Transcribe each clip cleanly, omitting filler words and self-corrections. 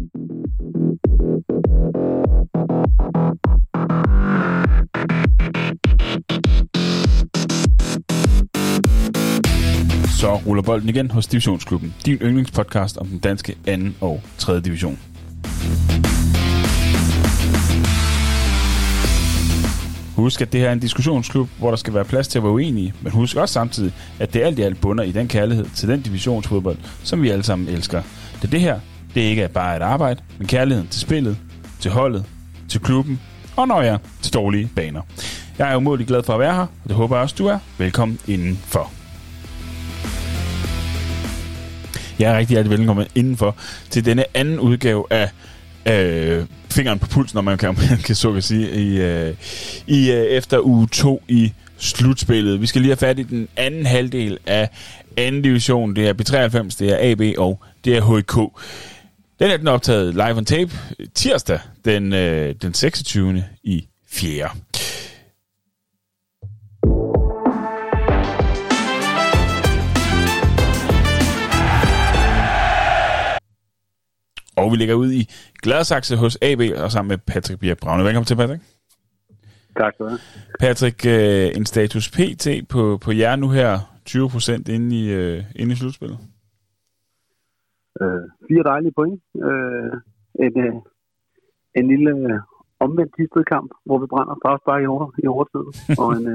Så ruller bolden igen hos Divisionsklubben, din yndlingspodcast om den danske 2. og 3. division. Husk, at det her er en diskussionsklub, hvor der skal være plads til at være uenige, men husk også samtidig, at det alt i alt bunder i den kærlighed til den divisionsfodbold, som vi alle sammen elsker. Det her, det ikke er bare et arbejde, men kærligheden til spillet, til holdet, til klubben og til dårlige baner. Jeg er umådelig glad for at være her, og det håber jeg også, du er. Velkommen indenfor. Jeg er rigtig hjertelig velkommen indenfor til denne anden udgave af fingeren på pulsen, når man kan så at sige, i efter uge 2 i slutspillet. Vi skal lige have fat i den anden halvdel af anden division. Det er B93, det er AB og det er HK. Den er optaget live on tape tirsdag den 26. i 4. Og vi ligger ud i Gladsaxe hos AB og sammen med Patrick Birk Braune. Velkommen til, Patrick. Tak skal du have. Patrick, en status PT på jer nu her, 20% inde i slutspillet? 4 dejlige point. En lille omvendt kamp, hvor vi brænder strafspark i overtiden, og en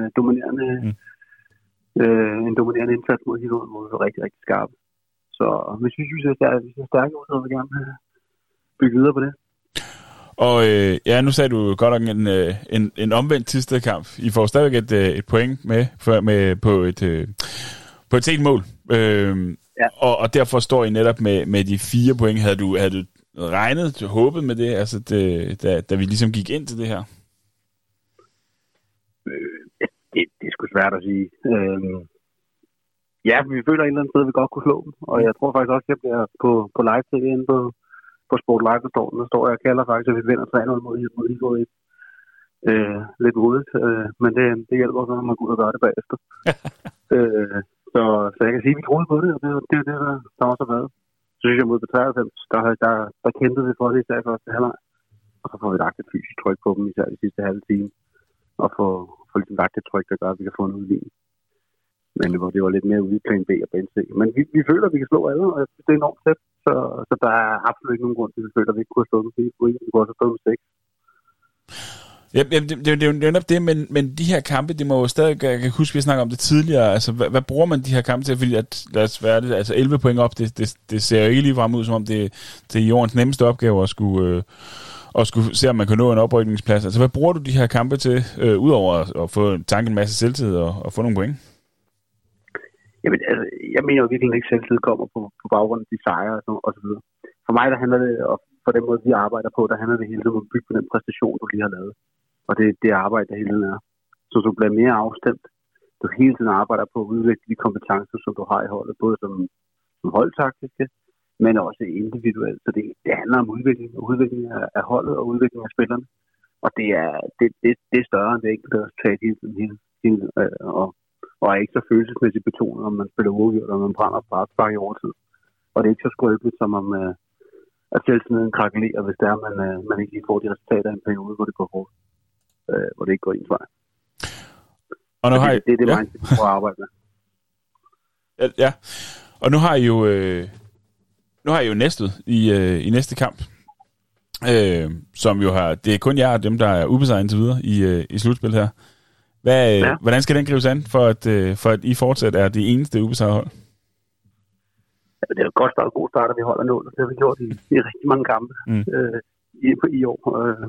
dominerende indsats mod hinanden, hvor vi er rigtig, rigtig skarpe. Så hvis vi synes, at vi ser stærke ud, så vil vi gerne bygge videre på det. Og nu sagde du godt nok en omvendt tidsstedkamp. I får stadigvæk et point med på et sent mål. Ja. Og derfor står I netop med de 4 point. Havde du regnet, håbet med det, altså da vi ligesom gik ind til det her? Det er sgu svært at sige. Ja, vi føler et eller andet sted, at vi godt kunne slå dem. Og jeg tror faktisk også, at jeg bliver på live-tv inde på Sport Live, der står jeg og kalder faktisk, at vi vinder 3-0 mod Hilgård 1. Lidt rodet, men det hjælper også, når man går ud og gør det bagefter. Så jeg kan sige, at vi troede på det, og det er det, der også har været. Så synes jeg mod B93, der kæmpede vi for det især i første halvleg. Og så får vi lagt et fysisk tryk på dem, især de sidste halve time. Og få ligesom lagt et tryk, der gør, at vi kan få en udligning. Men det var lidt mere ude i plan B og plan C. Men vi føler, at vi kan slå alle, og det er enormt tæt. Så der er absolut ikke nogen grund til, at vi føler, at vi ikke kunne have slået dem. Vi kunne også have slået dem 6. Ja, det er jo netop det, men de her kampe, det må jo stadig, jeg kan huske, vi snakker om det tidligere, altså hvad bruger man de her kampe til, fordi at, lad os være det, altså 11 point op, det ser jo ikke lige frem ud, som om det er jordens nemmeste opgave at skulle se, om man kan nå en oprykningsplads. Altså hvad bruger du de her kampe til, udover at få en masse selvtid og få nogle point? Jamen, altså, jeg mener jo virkelig ikke selvtid kommer på baggrund af de sejre og så videre. For mig, der handler det, og for den måde, vi arbejder på, der handler det hele tiden om at bygge på den præstation, du lige har lavet. Og det arbejde, der hele tiden er. Så du bliver mere afstemt. Du hele tiden arbejder på at udvikle de kompetencer, som du har i holdet, både som holdtaktiske, men også individuelt. Så det handler om udvikling af holdet og udvikling af spillerne. Og det er større end det enkelte resultat hele tiden. Og er ikke så følelsesmæssigt betonet, om man spiller uafgjort, og man brænder strafspark i overtid. Og det er ikke så skrøbeligt, som om at selvtilliden krakelerer, hvis det er, man ikke lige får de resultater i en periode, hvor det går hårdt. Hvor det ikke går ens vej. Og nu har det er det, man skal prøve at arbejde med. Ja. Og nu har I jo Næstved i næste kamp. Som jo har, det er kun jer og dem, der er ubesejret indtil videre i slutspil her. Hvordan skal den grives an, for at I fortsat er det eneste ubesejrede hold? Ja, det er jo godt start, god start, at vi holder 0. Det har vi gjort i rigtig mange kampe i år.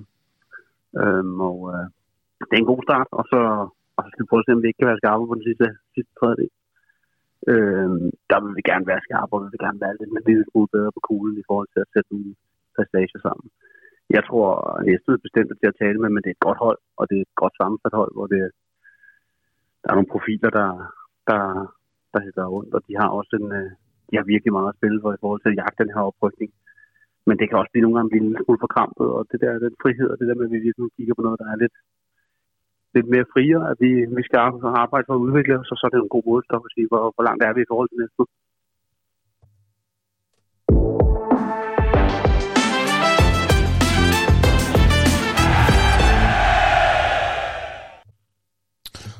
Det er en god start, og så skal vi prøve at se, om vi ikke kan være skarpe på den sidste tredjedel. Der vil vi gerne være skarpe, og vi vil gerne være lidt smule bedre på kuglen i forhold til at sætte nogle præstationer sammen. Jeg tror, at Næstved er bestemt til at tale med, men det er et godt hold, og det er et godt sammensat hold, hvor der er nogle profiler, der hedder rundt, og de har også de har virkelig meget at spille for i forhold til at jagte den her oprykning. Men det kan også blive nogle gange blive en lille smule forkrampet, og det der den frihed, og det der med, at vi virkelig kigger på noget, der er lidt mere friere, at vi skal arbejde for at udvikle os, og så er det en god måde at sige, hvor langt er vi i forhold til Næstved.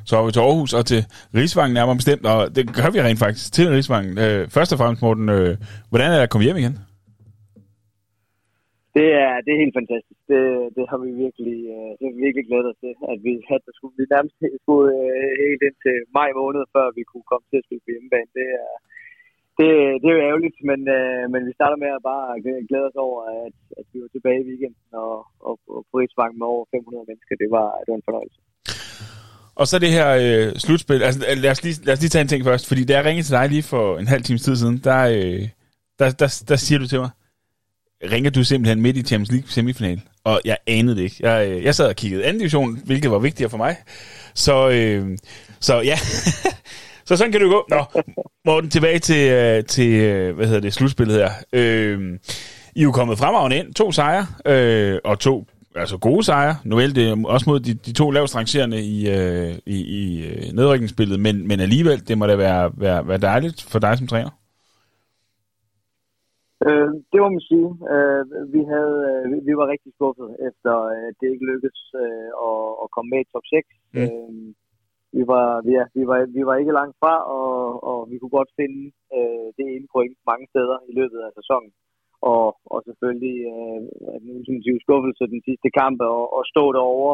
Så var vi til Aarhus og til Rigsvangen nærmere bestemt, og det gør vi rent faktisk til Rigsvangen. Først og fremmest, Morten, hvordan er det at komme hjem igen? Det er helt fantastisk. Det har vi virkelig glædet os til, at vi nærmest skulle helt ind til maj måned, før vi kunne komme til at spille på hjemmebane. Det er jo ærgerligt, men vi starter med at bare glæde os over, at vi var tilbage i weekenden og på Rigsvangen med over 500 mennesker. Det var en fornøjelse. Og så det her slutspil. Altså, lad os lige tage en ting først, fordi da jeg ringede til dig lige for en halv times tid siden, der siger du til mig, ringer du simpelthen midt i Champions League semifinal, og jeg anede det ikke. Jeg sad og kiggede anden division, hvilket var vigtigere for mig. Så ja, så sådan kan det jo gå. Nå, Morten, tilbage til slutspillet her. I er jo kommet fremragende ind, 2 sejre, og 2 altså gode sejre. Nu vel, det er også mod de 2 lavest rangerende i nedrykningsspillet, men alligevel, det må da være dejligt for dig som træner. Det må man sige. Vi var rigtig skuffet efter det ikke lykkedes at komme med i top 6. Vi var ikke langt fra, og vi kunne godt finde det ene point mange steder i løbet af sæsonen. Og selvfølgelig en ultimativ skuffelse den sidste kamp og stå derovre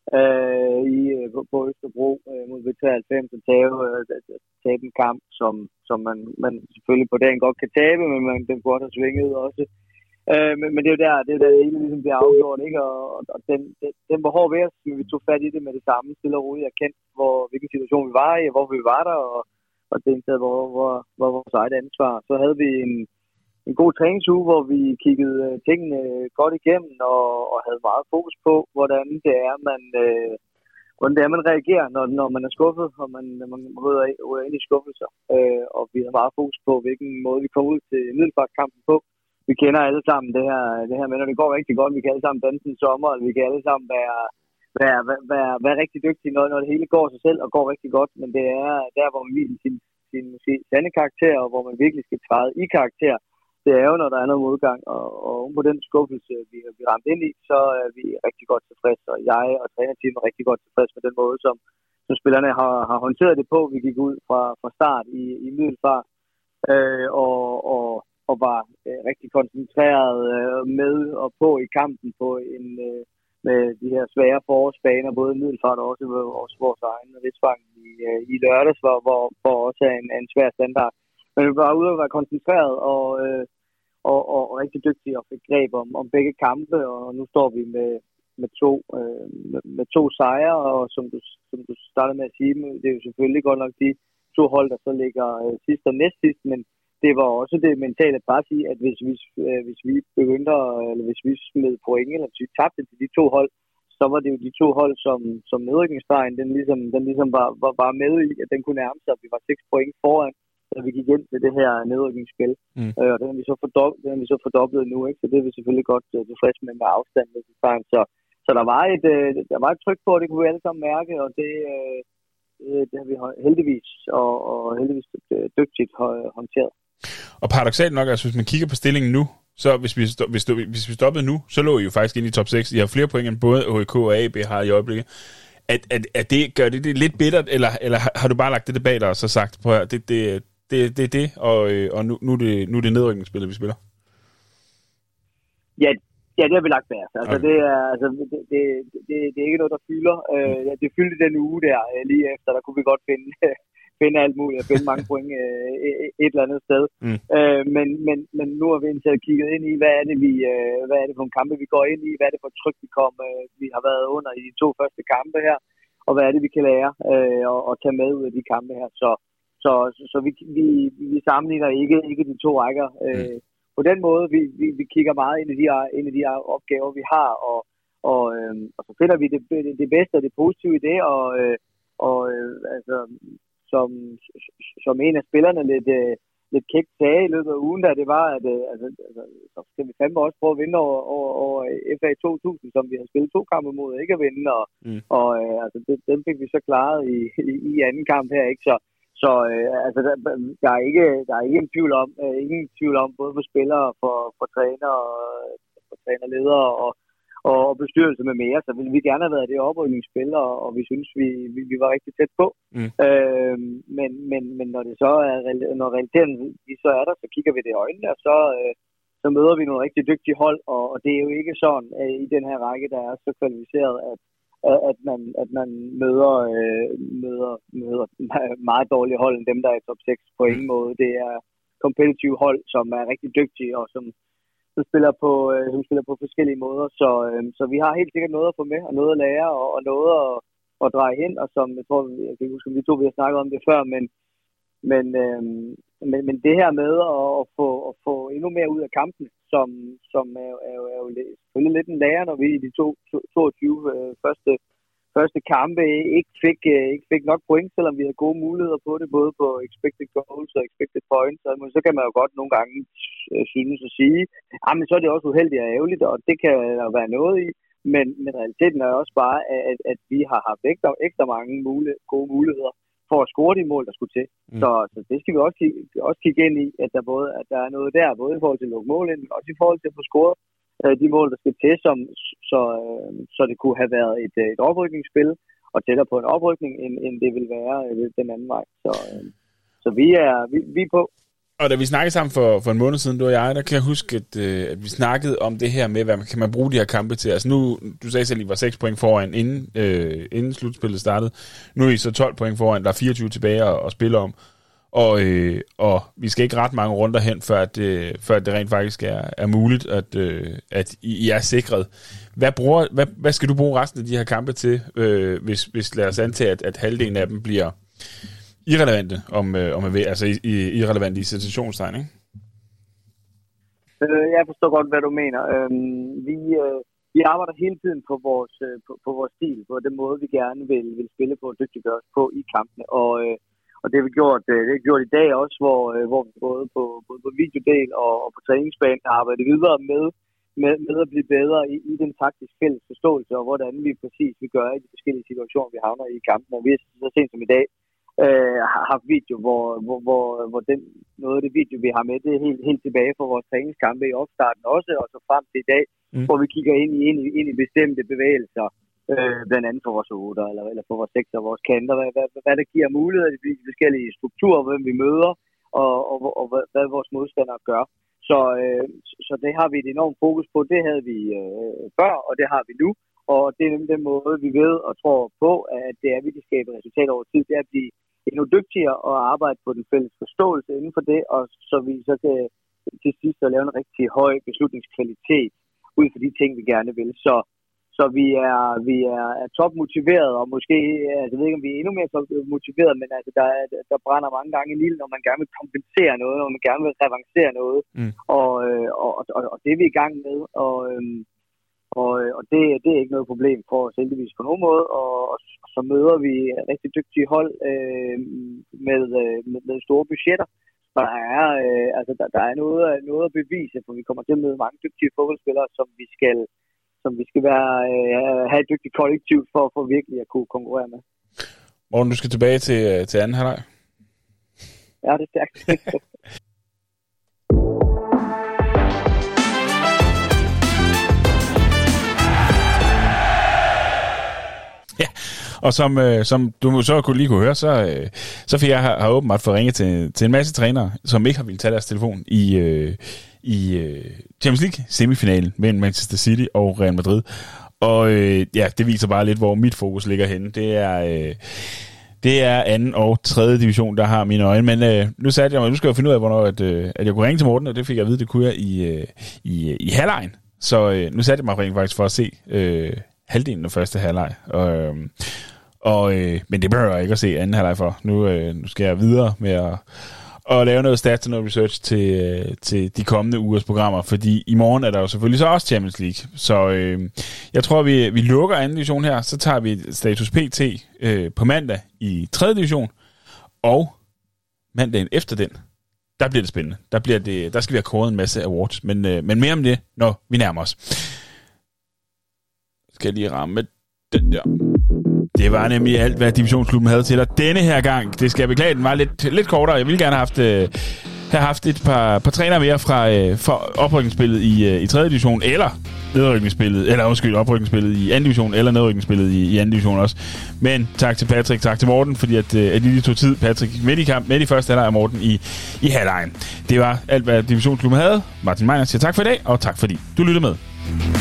på Østerbro mod V93 og tabe en kamp, som man selvfølgelig på dagen godt kan tabe, men den godt har svinget også. Men det er jo der det hele ligesom bliver afgjort, ikke? Og den var hård ved os, men vi tog fat i det med det samme, stille og roligt erkendt, hvilken situation vi var i, og hvorfor vi var der, og det er hvor vores eget ansvar. Så havde vi en god træningsuge, hvor vi kiggede tingene godt igennem og havde meget fokus på, hvordan det er, man reagerer, når man er skuffet, og man rører ind i skuffelser. Og vi havde meget fokus på, hvilken måde vi kom ud til middelfartskampen på. Vi kender alle sammen det her med, når det går rigtig godt, vi kan alle sammen danse en sommer, og vi kan alle sammen være rigtig dygtige, når det hele går sig selv og går rigtig godt. Men det er der, hvor man viser sin måske sande karakter, og hvor man virkelig skal træde i karakter. Det er jo, når der er noget modgang, og oven på den skuffelse, vi ramte ind i, så er vi rigtig godt tilfreds, og jeg og trænerteamet er rigtig godt tilfreds med den måde, som spillerne har håndteret det på. Vi gik ud fra start i middelfart, og var rigtig koncentreret med og på i kampen på med de her svære forårsbaner, både i middelfart og også vores egen Rigsvangen i lørdags, hvor også er en svær standard. Men vi var ude at være koncentreret og rigtig dygtige og fik greb om begge kampe, og nu står vi med 2 sejre, og som du startede med at sige, det er jo selvfølgelig godt nok de 2 hold, der så ligger sidst og næst sidst, men det var også det mentale pres i, at hvis vi begyndte, eller hvis vi smed point, eller hvis vi tabte til de 2 hold, så var det jo de 2 hold, som nedrykningsstregen, den ligesom var med i, at den kunne nærme sig, at vi var 6 point foran, da vi gik ind til det her nedrykningsspil. Og den har vi så fordoblet nu, ikke? Så det er vi selvfølgelig godt tilfreds med afstand med stregen. Så der var et tryk på, det kunne vi alle sammen mærke, og det har vi heldigvis og heldigvis dygtigt håndteret. Og paradoksalt nok, altså hvis man kigger på stillingen nu, så hvis vi stoppede nu, så lå I jo faktisk inde i top 6. I har flere point end både HK og AB har i øjeblikket. Gør det lidt bittert, eller har du bare lagt det bag dig og så sagt, prøv at det er det, og nu er det nedrykningsspillet, vi spiller? Ja, det har vi lagt bag os. Altså, okay. Det er ikke noget, der fylder. Det fyldte den uge der lige efter, der kunne vi godt finde alt muligt, og finde mange point et eller andet sted. Men nu har vi indtil kigget ind i, hvad er det for en kampe, vi går ind i, hvad er det for et tryk, vi har været under i de 2 første kampe her, og hvad er det, vi kan lære og tage med ud af de kampe her. Så vi sammenligner ikke de 2 rækker. På den måde, vi kigger meget ind i de opgaver, vi har, og så finder vi det bedste og det positive i det, og altså, som en af spillerne lidt kægt sagde i løbet af ugen, der det var, at så skal vi fandme også prøve at vinde over FA 2000, som vi har spillet 2 kampe mod, ikke at vinde, og den fik vi så klaret i anden kamp her, ikke? Så der er ikke ingen tvivl om, både for spillere, for træner og for trænerledere og bestyrelse med mere, så ville vi gerne have været det oprykningsspil, og vi synes, vi var rigtig tæt på. Men når det så er, når realiteten så er der, så kigger vi det i øjnene, og så møder vi nogle rigtig dygtige hold, og det er jo ikke sådan i den her række, der er så kvalificeret, at man møder meget dårlige hold end dem, der er i top 6 på ingen måde. Det er kompetitive hold, som er rigtig dygtige, og som spiller på forskellige måder. Så vi har helt sikkert noget at få med, og noget at lære, og noget at dreje hen, og som jeg tror, jeg kan huske, vi har snakket om det før, men det her med at få endnu mere ud af kampen, som er jo selvfølgelig lidt en lærer, når vi i de 22 første kampe ikke fik nok point, selvom vi havde gode muligheder på det, både på expected goals og expected points. Så kan man jo godt nogle gange synes at sige, men så er det også uheldigt og ærgerligt, og det kan der være noget i. Men realiteten er også bare, at vi har haft ekstra mange gode muligheder for at score de mål, der skulle til. Så det skal vi også kigge ind i, at der er noget der, både i forhold til at lukke mål ind, men også i forhold til at få scoret de mål, der skal til, så det kunne have været et oprykningsspil, og tættere på en oprykning, end det vil være den anden vej. Så vi er på. Og da vi snakkede sammen for en måned siden, du og jeg, der kan jeg huske, at vi snakkede om det her med, hvad kan man bruge de her kampe til. Altså nu, du sagde selv, at I var 6 point foran, inden slutspillet startede. Nu er I så 12 point foran, der er 24 tilbage at spille om. Og vi skal ikke ret mange runder hen, før det rent faktisk er muligt, at I er sikret. Hvad skal du bruge resten af de her kampe til, hvis lad os antage, at halvdelen af dem bliver irrelevante, altså irrelevante i situationstegn, ikke? Jeg forstår godt, hvad du mener. Vi arbejder hele tiden på vores stil, på den måde, vi gerne vil spille på og dygtiggøre os på i kampene. Og det har vi gjort i dag også, hvor vi både på videodel og på træningsbanen har arbejdet videre med at blive bedre i den taktiske fælles forståelse, og hvordan vi præcis vil gøre i de forskellige situationer, vi havner i kampen. Og vi har så sent som i dag har haft video, hvor noget af det video, vi har med, det er helt tilbage fra vores træningskampe i opstarten også, og så frem til i dag, hvor vi kigger ind i bestemte bevægelser, blandt andet for vores 8 eller for vores 6 og vores kanter, hvad der giver muligheder i de forskellige strukturer, hvem vi møder, og hvad vores modstandere gør. Så det har vi et enormt fokus på. Det havde vi før, og det har vi nu. Og det er den måde, vi ved og tror på, at det er, at vi kan skabe resultater over tid. Det er at blive endnu dygtigere og arbejde på den fælles forståelse inden for det, og så vi så kan til sidst at lave en rigtig høj beslutningskvalitet ud fra de ting, vi gerne vil. Så vi er topmotiveret, og måske, jeg ved ikke, om vi er endnu mere motiveret, men altså, der brænder mange gange en ild, når man gerne vil kompensere noget, når man gerne vil revancere noget. Og det er vi i gang med, og det er ikke noget problem for os heldigvis på nogen måde, og så møder vi rigtig dygtige hold med store budgetter. Der er noget at bevise, for vi kommer til at møde mange dygtige fodboldspillere, som vi skal have et dygtigt kollektiv for virkelig at kunne konkurrere med. Morten, du skal tilbage til anden halvleg. Ja, det er stærkt. Ja, og som du så lige kunne høre, så fik jeg har åbenbart fået ringet til en masse trænere, som ikke har ville tage deres telefon i Champions League semifinalen mellem Manchester City og Real Madrid. Og det viser bare lidt, hvor mit fokus ligger henne. Det er anden og tredje division, der har mine øjne. Men nu satte jeg mig, nu skal jeg finde ud af, hvornår at jeg kunne ringe til Morten, og det fik jeg at vide, det kunne jeg i halvlejen. Så nu satte jeg mig faktisk for at se halvdelen af første halvleg. Men det behøver jeg ikke at se anden halvleg for. Nu skal jeg videre med at lave noget stats og noget research til de kommende ugers programmer, fordi i morgen er der jo selvfølgelig så også Champions League. Så jeg tror, vi lukker anden division her, så tager vi status PT på mandag i 3. division, og mandagen efter den, der bliver det spændende. Der skal vi have kåret en masse awards, men mere om det, når vi nærmer os. Skal jeg lige ramme den der. Det var nemlig alt, hvad divisionsklubben havde til dig denne her gang. Det skal jeg beklage, den var lidt kortere. Jeg ville gerne have haft et par trænere mere fra oprykningsspillet i 3. division, eller oprykningsspillet i anden division, eller nedrykningsspillet i anden division også. Men tak til Patrick, tak til Morten, fordi at de lige tog tid. Patrick midt i kamp, midt i første halvleg, og Morten i halvlejen. Det var alt, hvad divisionsklubben havde. Martin Meiner siger tak for i dag, og tak fordi du lyttede med.